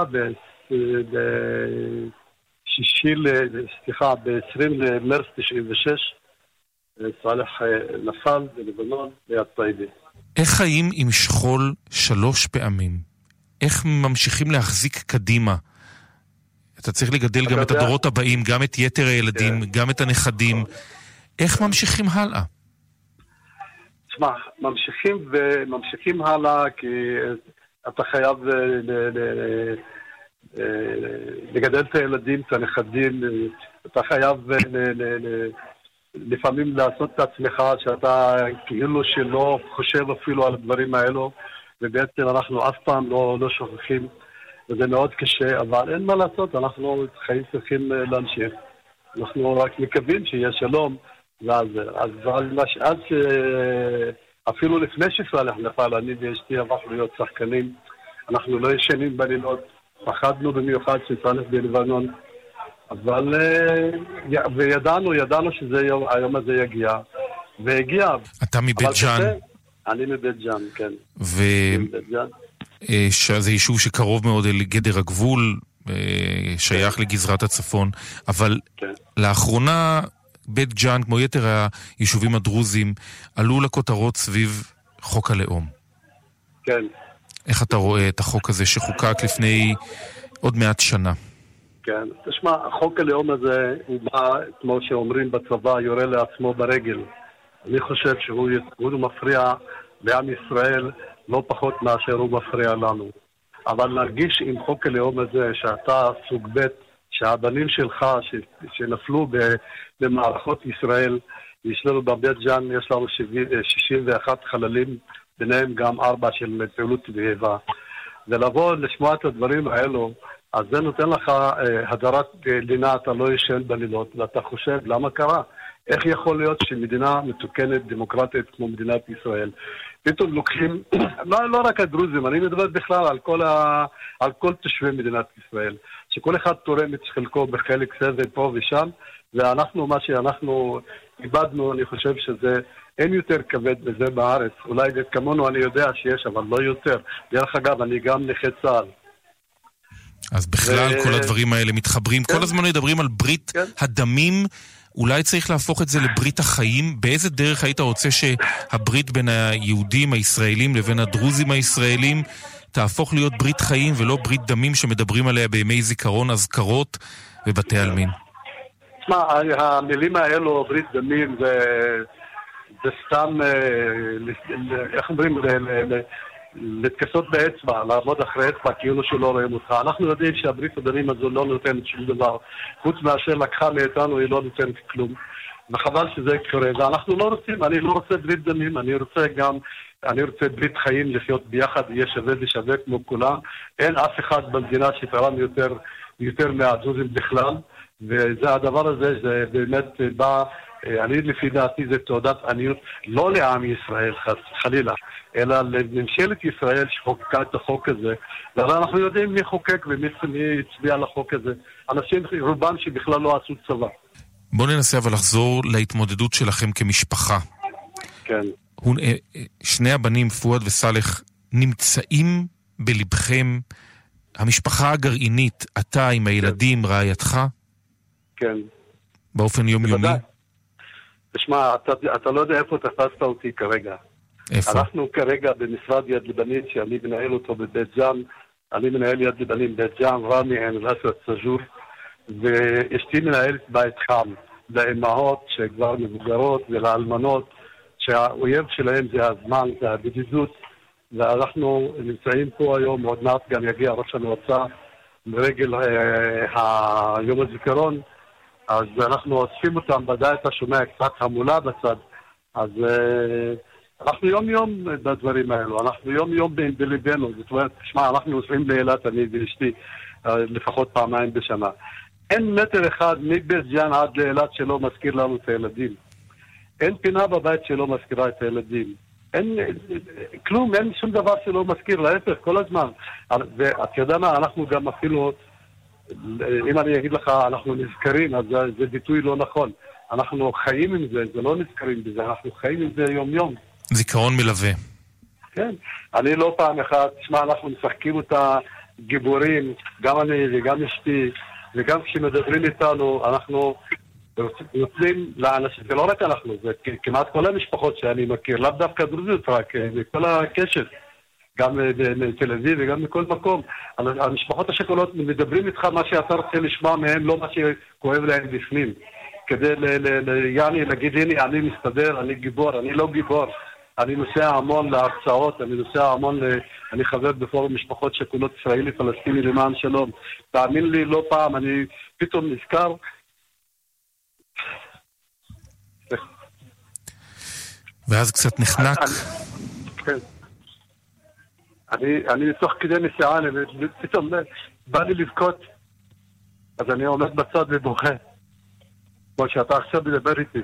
בשישי, סליחה, ב-עשרים למרץ תשעים ושש, סלח נפל בלבנון ליד טייבה. איך חיים עם שכול שלוש פעמים? איך ממשיכים להחזיק קדימה? אתה צריך לגדל גם את הדורות הבאים, גם את יתר הילדים, גם את הנכדים. איך ממשיכים הלאה? תשמע, ממשיכים וממשיכים הלאה כי אתה חייב לגדל את הילדים, את הנכדים, אתה חייב לפעמים לעשות את עצמך שאתה כאילו שלא חושב אפילו על הדברים האלו, ובעצם אנחנו אף פעם לא, לא שוכחים, וזה מאוד קשה, אבל אין מה לעשות, אנחנו חיים צריכים להמשיך. אנחנו רק מקווים שיהיה שלום, ואז, אז, אז אפילו לפני שסלח נפל, אני ואשתי הפכנו להיות שחקנים, אנחנו לא ישנים בלילות, פחדנו במיוחד שסאלח בלבנון, אבל וידענו, ידענו שהיום הזה יגיע, והגיע. אתה מבית ג'אן. אני מבית ג'אן, כן. וזה יישוב שקרוב מאוד אל גדר הגבול, שייך לגזרת הצפון, אבל לאחרונה בית ג'אן, כמו יתר היישובים הדרוזים, עלו לכותרות סביב חוק הלאום. כן. איך אתה רואה את החוק הזה שחוקק לפני עוד מעט שנה? כן, תשמע, החוק הלאום הזה הוא בא, כמו שאומרים בצבא, יורה לעצמו ברגל. אני חושב שהוא מפריע לעם ישראל לא פחות מאשר הוא מפריע לנו. אבל להרגיש עם חוק הלאום הזה שאתה סוג ב', שהבנים שלך שנפלו במערכות ישראל, יש לנו בבית ג'אן, יש לנו שישים ואחד חללים, ביניהם גם ארבע של פעילות ואיבה. ולבוא לשמוע את הדברים האלו, אז זה נותן לך אה, הדרת אה, לינה, אתה לא ישן בלילות, ואתה חושב למה קרה? איך יכול להיות שמדינה מתוקנת, דמוקרטית כמו מדינת ישראל, פתאום לוקחים, לא, לא רק הדרוזים, אני מדבר בכלל על כל, ה, על כל תושבי מדינת ישראל, שכל אחד תורם את חלקו בחלק סבל פה ושם, ואנחנו, מה שאנחנו איבדנו, אני חושב שזה אין יותר כבד בזה בארץ. אולי כמונו אני יודע שיש, אבל לא יותר. דרך אגב, אני גם נכה צה"ל. אז בכלל ו... כל הדברים האלה מתחברים. כן. כל הזמן מדברים על ברית כן. הדמים. אולי צריך להפוך את זה לברית החיים. באיזה דרך היית רוצה שהברית בין היהודים הישראלים לבין הדרוזים הישראלים תהפוך להיות ברית חיים ולא ברית דמים שמדברים עליה בימי זיכרון, אזכרות ובתי עלמין? תשמע, המילים האלו, ברית דמים, זה, זה סתם, איך אומרים, להתכסות באצבע, לעמוד אחרי אצבע כאילו שלא רואים אותך. אנחנו יודעים שהברית הדמים הזו לא נותנת שום דבר. חוץ מאשר לקחה מאיתנו, היא לא נותנת כלום. וחבל שזה קורה. ואנחנו לא רוצים, אני לא רוצה ברית דמים, אני רוצה גם, אני רוצה ברית חיים לחיות ביחד, יהיה שווה ושווה כמו כולם. אין אף אחד במדינה שתרם יותר, יותר מהדרוזים בכלל. וזה הדבר הזה, זה באמת בא, אני לפי דעתי זה תעודת עניות, לא לעם ישראל חלילה, אלא לממשלת ישראל שחוקקה את החוק הזה. ואנחנו יודעים מי חוקק ומי הצביע על החוק הזה. אנשים רובם שבכלל לא עשו צבא. בוא ננסה אבל לחזור להתמודדות שלכם כמשפחה. כן. שני הבנים, פואד וסלח, נמצאים בלבכם, המשפחה הגרעינית, אתה עם הילדים, רעייתך? כן. באופן יומיומי? תשמע, אתה, אתה לא יודע איפה תפסת אותי כרגע. איפה? אנחנו כרגע במשרד יד לבנים, שאני מנהל אותו בבית ג'אן, אני מנהל יד לבנים בבית ג'אן, רמי, עין רסת, סג'ור, ואשתי מנהלת בית חם, לאמהות שכבר מבוגרות ולאלמנות, שהאויב שלהם זה הזמן, זה הבדידות, ואנחנו נמצאים פה היום, עוד מעט גם יגיע ראש המועצה, לרגל אה, היום הזיכרון, אז אנחנו אוספים אותם, ודאי אתה שומע קצת המולה בצד, אז אה, אנחנו יום יום בדברים האלו, אנחנו יום יום ב- בלבנו, זאת אומרת, תשמע, אנחנו נוסעים לאילת, אני ואשתי, אה, לפחות פעמיים בשנה. אין מטר אחד מבית ג'אן עד לאילת שלא מזכיר לנו את הילדים. אין פינה בבית שלא מזכירה את הילדים. אין, כלום, אין שום דבר שלא מזכיר, להפך, כל הזמן. ואת יודע מה, אנחנו גם אפילו, אם אני אגיד לך, אנחנו נזכרים, אז זה, זה ביטוי לא נכון. אנחנו חיים עם זה, זה לא נזכרים בזה, אנחנו חיים עם זה יום יום. זיכרון מלווה. כן, אני לא פעם אחת, תשמע, אנחנו משחקים אותה גיבורים, גם אני וגם אשתי, וגם כשמדברים איתנו, אנחנו נותנים לאנשים, זה לא רק אנחנו, זה כמעט כל המשפחות שאני מכיר, לאו דווקא דרוזיות רק, מכל הקשת, גם מתל אביב וגם מכל מקום. המשפחות השכולות מדברים איתך מה שאתה רוצה לשמוע מהם, לא מה שכואב להם בפנים. כדי יעני להגיד, הנה, אני מסתדר, אני גיבור, אני לא גיבור. אני נוסע המון להרצאות, אני נוסע המון, אני חבר בפורום משפחות שכולות ישראלי פלסטיני למען שלום. תאמין לי, לא פעם, אני פתאום נזכר, ואז קצת נחנק. כן. אני, אני תוך כדי נסיעה, פתאום בא לי לבכות, אז אני עומד בצד ובוכה, כמו שאתה עכשיו מדבר איתי.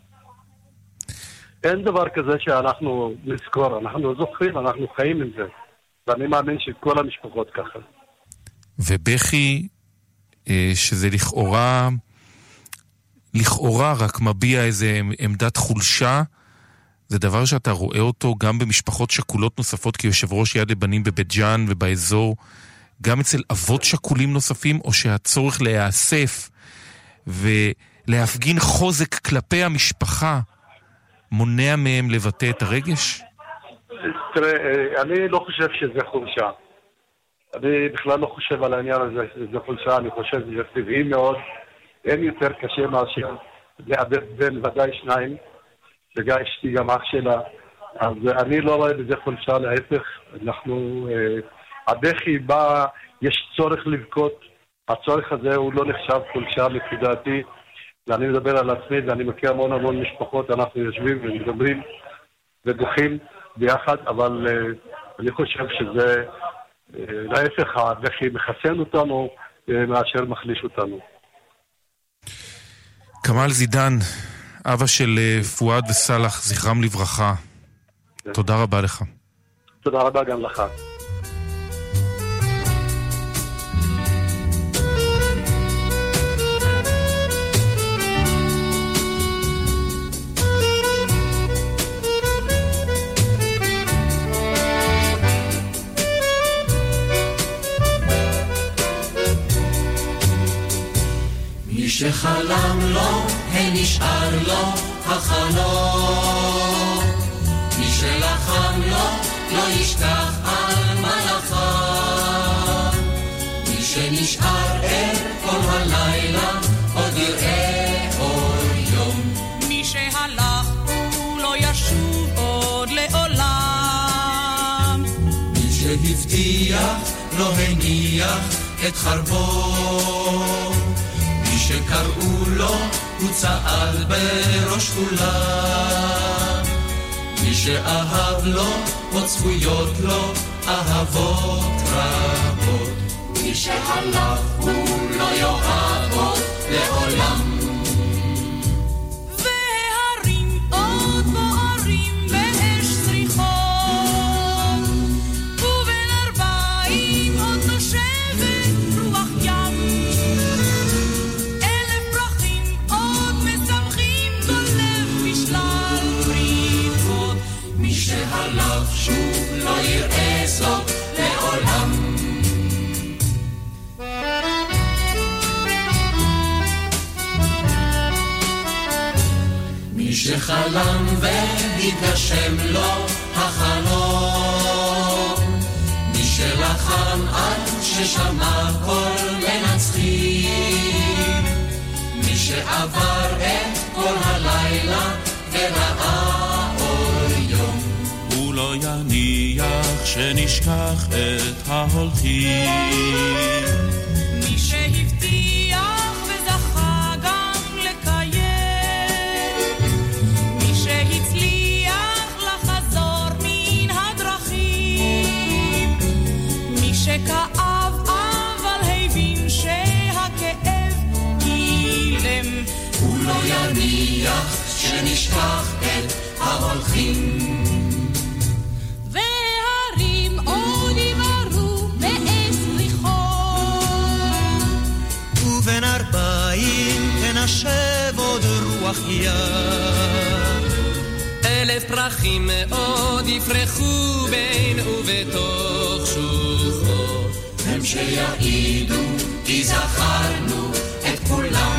אין דבר כזה שאנחנו נזכור, אנחנו זוכרים, אנחנו חיים עם זה. ואני מאמין שכל המשפחות ככה. ובכי שזה לכאורה, לכאורה רק מביע איזה עמדת חולשה, זה דבר שאתה רואה אותו גם במשפחות שכולות נוספות כיושב ראש יד לבנים בבית ג'אן ובאזור, גם אצל אבות שכולים נוספים, או שהצורך להיאסף ולהפגין חוזק כלפי המשפחה מונע מהם לבטא את הרגש? תראה, אני לא חושב שזה חולשה. אני בכלל לא חושב על העניין הזה שזה חולשה, אני חושב שזה טבעי מאוד. אין יותר קשה מאשר לאבד בין ודאי שניים, וגם אשתי גם אח שלה. אז אני לא רואה בזה חולשה, להפך. אנחנו, הבכי בא, יש צורך לבכות. הצורך הזה הוא לא נחשב חולשה לפי דעתי. ואני מדבר על עצמי, ואני מכיר המון המון משפחות, אנחנו יושבים ומדברים ובוכים ביחד, אבל אני חושב שזה, להפך, הבכי מחסן אותנו מאשר מחליש אותנו. כמאל זידן, אבא של פואד וסלח, זכרם לברכה. תודה רבה לך. תודה רבה גם לך. שחלם לו, הנשאר לו החלום. מי שלחם לו, לא ישכח על מלאכיו. מי שנשאר ער כל הלילה, עוד יראה אור יום. מי שהלך הוא לא ישוב עוד לעולם. מי שהבטיח לא הניח את חרבו. שקראו לו, הוא צעד בראש כולם. מי שאהב לו, עוד זכויות לו, אהבות רבות. מי שהלך, הוא לא יאהב עוד לעולם. וההרים עוד בוערים באש זריחות, ובין ארבעים עוד נושבת רוח ים. שהלך שוב לא יראה זאת לעולם. מי שחלם והתגשם לו החלום. מי שלחם עד ששמע כל מנצחים. מי שעבר את כל הלילה וראה אור יום. הוא לא יניח שנשכח את ההולכים. מי שהבטיח וזכה גם לקיים. מי שהצליח לחזור מן הדרכים. מי שכאב אבל הבין שהכאב אילם. הוא לא יניח שנשכח את ההולכים. ובין ארבעים תנשב עוד רוח ים. אלף פרחים מאוד יפרחו בין ובתוך שוחות. הם שיעידו כי זכרנו את כולם.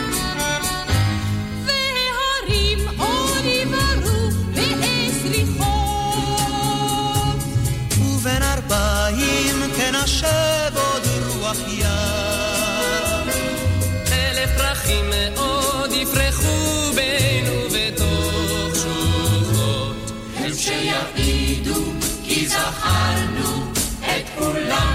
וההרים עוד יברו בסליחות. ובין ארבעים תנשב עוד רוח ים. מאוד יפרחו בין ובתוך שוחות. הם שיעידו כי זכרנו את כולם.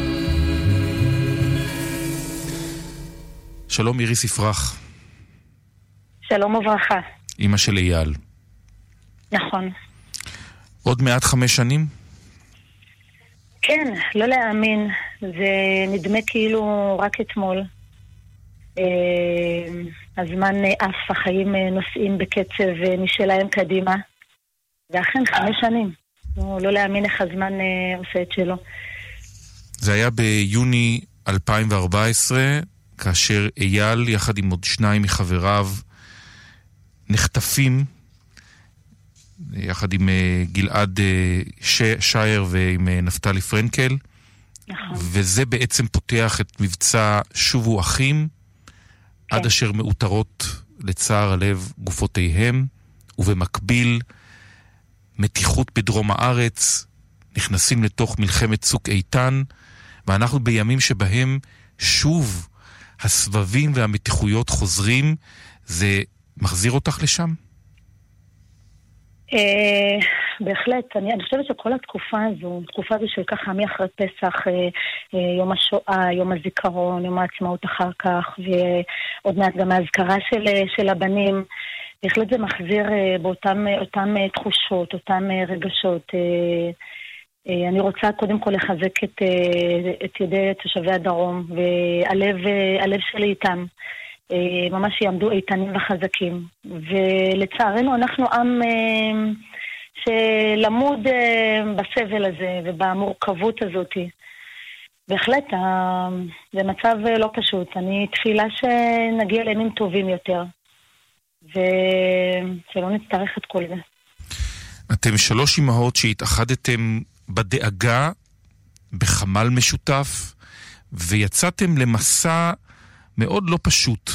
שלום מירי ספרח. שלום וברכה. אמא של אייל. נכון. עוד מעט חמש שנים? כן, לא להאמין. זה נדמה כאילו רק אתמול. הזמן אף, החיים נוסעים בקצב משלהם קדימה, ואכן חמש שנים. לא להאמין איך הזמן עושה את שלו. זה היה ביוני אלפיים וארבע עשרה, כאשר אייל יחד עם עוד שניים מחבריו נחטפים, יחד עם גלעד שייר ועם נפתלי פרנקל. נכון. וזה בעצם פותח את מבצע שובו אחים, כן. עד אשר מאותרות לצער הלב גופותיהם, ובמקביל מתיחות בדרום הארץ, נכנסים לתוך מלחמת צוק איתן, ואנחנו בימים שבהם שוב הסבבים והמתיחויות חוזרים. זה מחזיר אותך לשם? בהחלט, אני, אני חושבת שכל התקופה הזו, תקופה הזו של ככה מאחרי פסח, יום השואה, יום הזיכרון, יום העצמאות אחר כך, ועוד מעט גם ההזכרה של, של הבנים, בהחלט זה מחזיר באותם אותם תחושות, אותם רגשות. אני רוצה קודם כל לחזק את, את ידי תושבי הדרום, והלב הלב שלי איתם. ממש יעמדו איתנים וחזקים. ולצערנו אנחנו עם שלמוד בסבל הזה ובמורכבות הזאת. בהחלט, זה מצב לא פשוט. אני תפילה שנגיע לימים טובים יותר, ושלא נצטרך את כל זה. אתם שלוש אמהות שהתאחדתם בדאגה, בחמל משותף, ויצאתם למסע מאוד לא פשוט,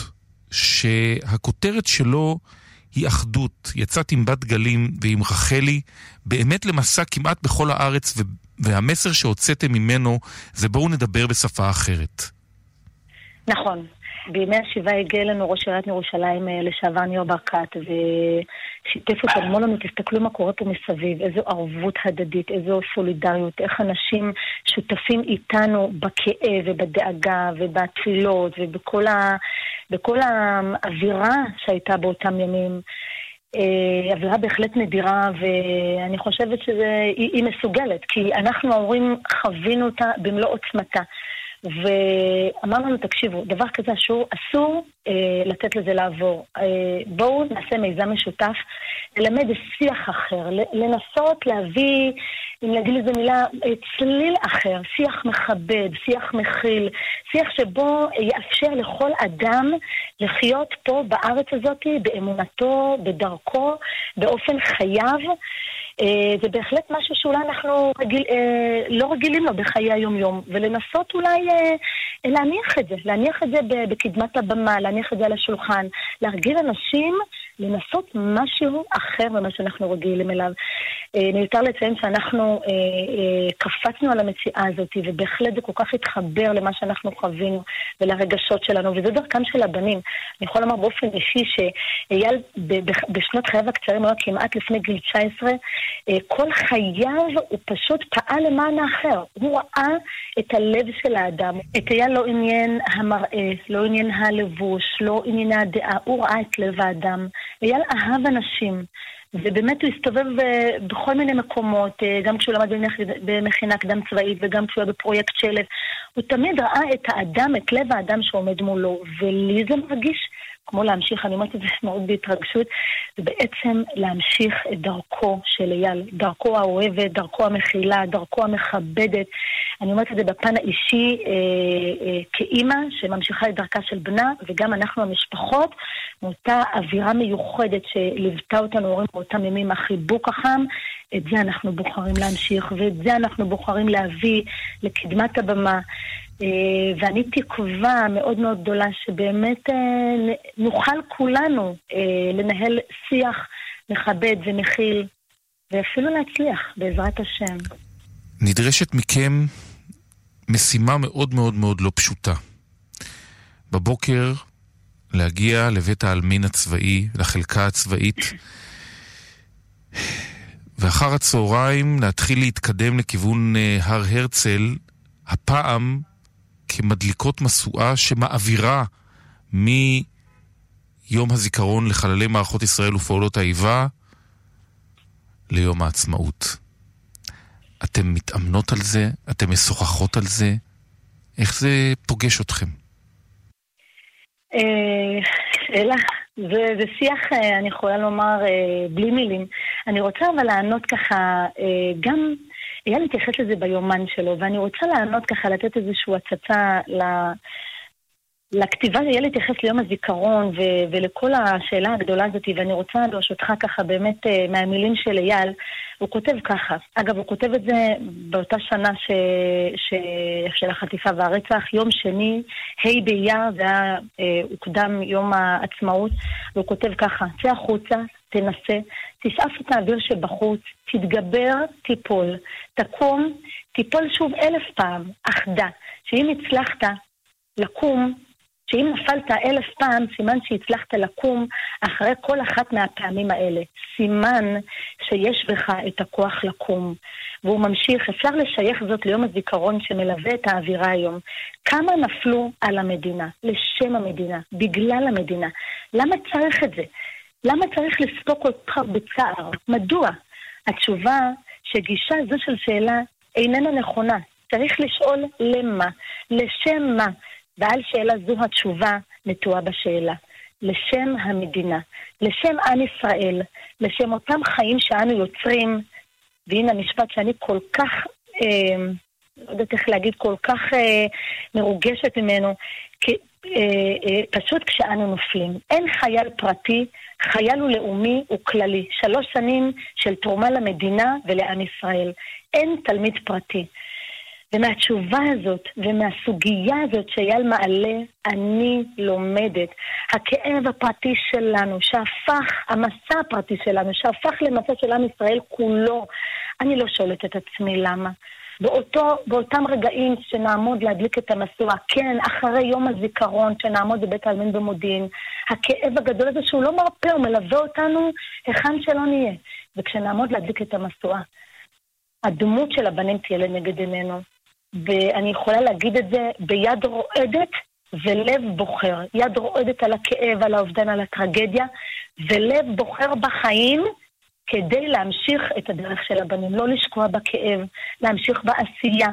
שהכותרת שלו היא אחדות. יצאת עם בת גלים ועם רחלי, באמת למסע כמעט בכל הארץ, והמסר שהוצאתם ממנו זה בואו נדבר בשפה אחרת. נכון. בימי השבעה הגיע לנו ראש עיריית ירושלים לשעבר ניר ברקת, ושיתף אותנו, אמרו לנו, תסתכלו מה קורה פה מסביב, איזו ערבות הדדית, איזו סולידריות, איך אנשים שותפים איתנו בכאב ובדאגה ובתפילות ובכל ה, בכל האווירה שהייתה באותם ימים. אווירה בהחלט נדירה, ואני חושבת שהיא מסוגלת, כי אנחנו ההורים חווינו אותה במלוא עוצמתה. ואמרנו לנו, תקשיבו, דבר כזה אסור, אסור אה, לתת לזה לעבור. אה, בואו נעשה מיזם משותף, ללמד שיח אחר, לנסות להביא, אם להגיד לזה מילה, צליל אחר, שיח מכבד, שיח מכיל, שיח שבו יאפשר לכל אדם לחיות פה בארץ הזאת, באמונתו, בדרכו, באופן חייו. זה בהחלט משהו שאולי אנחנו רגיל, לא רגילים לו בחיי היום-יום, ולנסות אולי להניח את זה, להניח את זה בקדמת הבמה, להניח את זה על השולחן, להרגיל אנשים לנסות משהו אחר ממה שאנחנו רגילים אליו. מיותר לציין שאנחנו קפצנו על המציאה הזאת, ובהחלט זה כל כך התחבר למה שאנחנו חווינו ולרגשות שלנו, וזה דרכם של הבנים. אני יכול לומר באופן אישי שאייל בשנות חייו הקצרים, כמעט לפני גיל תשע עשרה, כל חייו הוא פשוט פעל למען האחר. הוא ראה את הלב של האדם. את אייל לא עניין המראה, לא עניין הלבוש, לא עניין הדעה, הוא ראה את לב האדם. אייל אהב אנשים, ובאמת הוא הסתובב בכל מיני מקומות, גם כשהוא למד במכינה קדם צבאית וגם כשהוא היה בפרויקט שלב. הוא תמיד ראה את האדם, את לב האדם שעומד מולו, ולי זה מרגיש כמו להמשיך, אני אומרת את זה מאוד בהתרגשות, זה בעצם להמשיך את דרכו של אייל, דרכו האוהבת, דרכו המכילה, דרכו המכבדת. אני אומרת את זה בפן האישי אה, אה, כאימא שממשיכה את דרכה של בנה, וגם אנחנו המשפחות, מאותה אווירה מיוחדת שליוותה אותנו הורים באותם ימים, החיבוק החם, את זה אנחנו בוחרים להמשיך, ואת זה אנחנו בוחרים להביא לקדמת הבמה. ואני תקווה מאוד מאוד גדולה שבאמת נוכל כולנו לנהל שיח מכבד ומכיל, ואפילו להצליח בעזרת השם. נדרשת מכם משימה מאוד מאוד מאוד לא פשוטה. בבוקר להגיע לבית העלמין הצבאי, לחלקה הצבאית, ואחר הצהריים להתחיל להתקדם לכיוון הר הרצל, הפעם כמדליקות מסועה שמעבירה מיום הזיכרון לחללי מערכות ישראל ופעולות האיבה ליום העצמאות. אתם מתאמנות על זה? אתם משוחחות על זה? איך זה פוגש אתכם? שאלה, זה, זה שיח, אני יכולה לומר, בלי מילים. אני רוצה אבל לענות ככה, גם אייל התייחס לזה ביומן שלו, ואני רוצה לענות ככה, לתת איזושהי הצצה ל... לכתיבה אייל התייחס ליום הזיכרון ו- ולכל השאלה הגדולה הזאת, ואני רוצה ברשותך ככה באמת מהמילים של אייל, הוא כותב ככה, אגב הוא כותב את זה באותה שנה ש... ש... של החטיפה והרצח, יום שני, ה' באייר, זה היה הוקדם יום העצמאות, והוא כותב ככה, צא החוצה, תנסה, תשאף את האוויר שבחוץ, תתגבר, תיפול, תקום, תיפול שוב אלף פעם, אחדה, שאם הצלחת לקום, שאם נפלת אלף פעם, סימן שהצלחת לקום אחרי כל אחת מהפעמים האלה. סימן שיש בך את הכוח לקום. והוא ממשיך, אפשר לשייך זאת ליום הזיכרון שמלווה את האווירה היום. כמה נפלו על המדינה, לשם המדינה, בגלל המדינה. למה צריך את זה? למה צריך לספוק כל כך בצער? מדוע? התשובה שגישה זו של שאלה איננה נכונה. צריך לשאול למה, לשם מה. ועל שאלה זו התשובה נטועה בשאלה. לשם המדינה, לשם עם ישראל, לשם אותם חיים שאנו יוצרים, והנה המשפט שאני כל כך, אה, לא יודעת איך להגיד, כל כך אה, מרוגשת ממנו, כי, אה, אה, פשוט כשאנו נופלים. אין חייל פרטי, חייל הוא לאומי וכללי. שלוש שנים של תרומה למדינה ולעם ישראל. אין תלמיד פרטי. ומהתשובה הזאת ומהסוגיה הזאת שאייל מעלה, אני לומדת. הכאב הפרטי שלנו, שהפך, המסע הפרטי שלנו, שהפך למסע של עם ישראל כולו, אני לא שואלת את עצמי למה. באותו, באותם רגעים שנעמוד להדליק את המסוע, כן, אחרי יום הזיכרון שנעמוד בבית העלמין במודיעין, הכאב הגדול הזה שהוא לא מרפא, הוא מלווה אותנו היכן שלא נהיה. וכשנעמוד להדליק את המסוע, הדמות של הבנים תהיה לנגד עינינו. ואני יכולה להגיד את זה ביד רועדת ולב בוחר. יד רועדת על הכאב, על האובדן, על הטרגדיה, ולב בוחר בחיים כדי להמשיך את הדרך של הבנים. לא לשקוע בכאב, להמשיך בעשייה.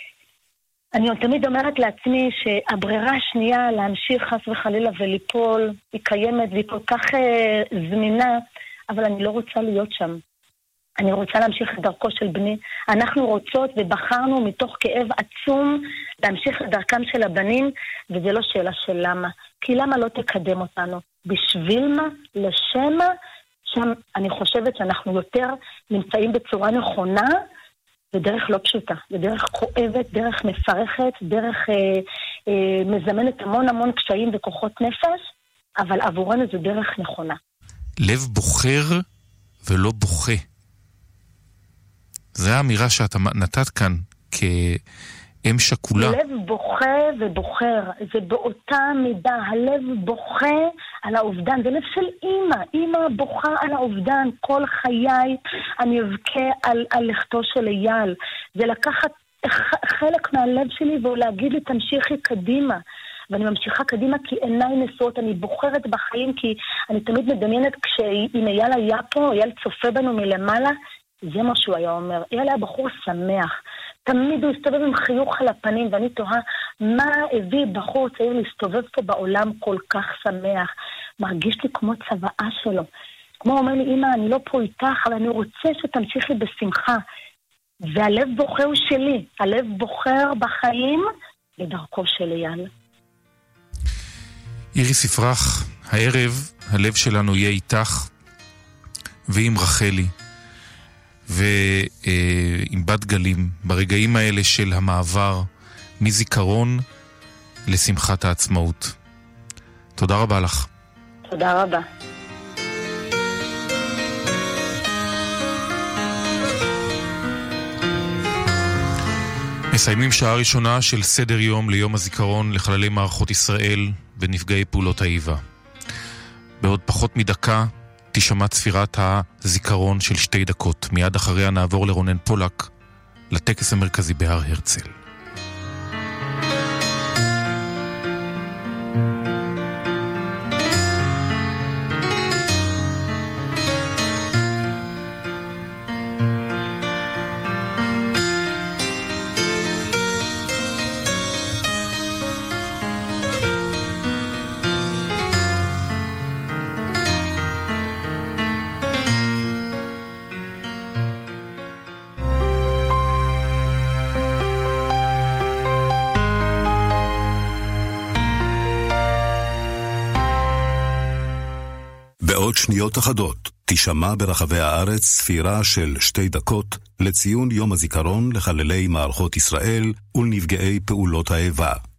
אני תמיד אומרת לעצמי שהברירה השנייה להמשיך חס וחלילה וליפול, היא קיימת והיא כל כך uh, זמינה, אבל אני לא רוצה להיות שם. אני רוצה להמשיך את דרכו של בני. אנחנו רוצות ובחרנו מתוך כאב עצום להמשיך את דרכם של הבנים, וזה לא שאלה של למה. כי למה לא תקדם אותנו? בשביל מה? לשם מה? שם אני חושבת שאנחנו יותר נמצאים בצורה נכונה, ודרך לא פשוטה. ודרך כואבת, דרך מפרכת, דרך אה, אה, מזמנת המון המון קשיים וכוחות נפש, אבל עבורנו זו דרך נכונה. לב בוחר ולא בוכה. זו האמירה שאתה נתת כאן כאם שקולה. לב בוכה ובוחר, זה באותה מידה, הלב בוכה על האובדן, זה לב של אימא, אימא בוכה על האובדן, כל חיי אני אבכה על, על לכתו של אייל, זה לקחת חלק מהלב שלי ולהגיד לי תמשיכי קדימה, ואני ממשיכה קדימה כי עיניי נשואות, אני בוחרת בחיים כי אני תמיד מדמיינת כשאם אייל היה פה, אייל צופה בנו מלמעלה, זה מה שהוא היה אומר. אייל היה בחור שמח. תמיד הוא הסתובב עם חיוך על הפנים, ואני תוהה, מה הביא בחור צעיר להסתובב פה בעולם כל כך שמח? מרגיש לי כמו צוואה שלו. כמו אומר לי, אמא, אני לא פה איתך, אבל אני רוצה שתמשיכי בשמחה. והלב בוחר הוא שלי. הלב בוחר בחיים בדרכו של אייל. איריס יפרח, הערב הלב שלנו יהיה איתך ועם רחלי. ועם בת גלים ברגעים האלה של המעבר מזיכרון לשמחת העצמאות. תודה רבה לך. תודה רבה. מסיימים שעה ראשונה של סדר יום ליום הזיכרון לחללי מערכות ישראל ונפגעי פעולות האיבה. בעוד פחות מדקה תשמע צפירת הזיכרון של שתי דקות. מיד אחריה נעבור לרונן פולק לטקס המרכזי בהר הרצל. שניות אחדות תשמע ברחבי הארץ ספירה של שתי דקות לציון יום הזיכרון לחללי מערכות ישראל ולנפגעי פעולות האיבה.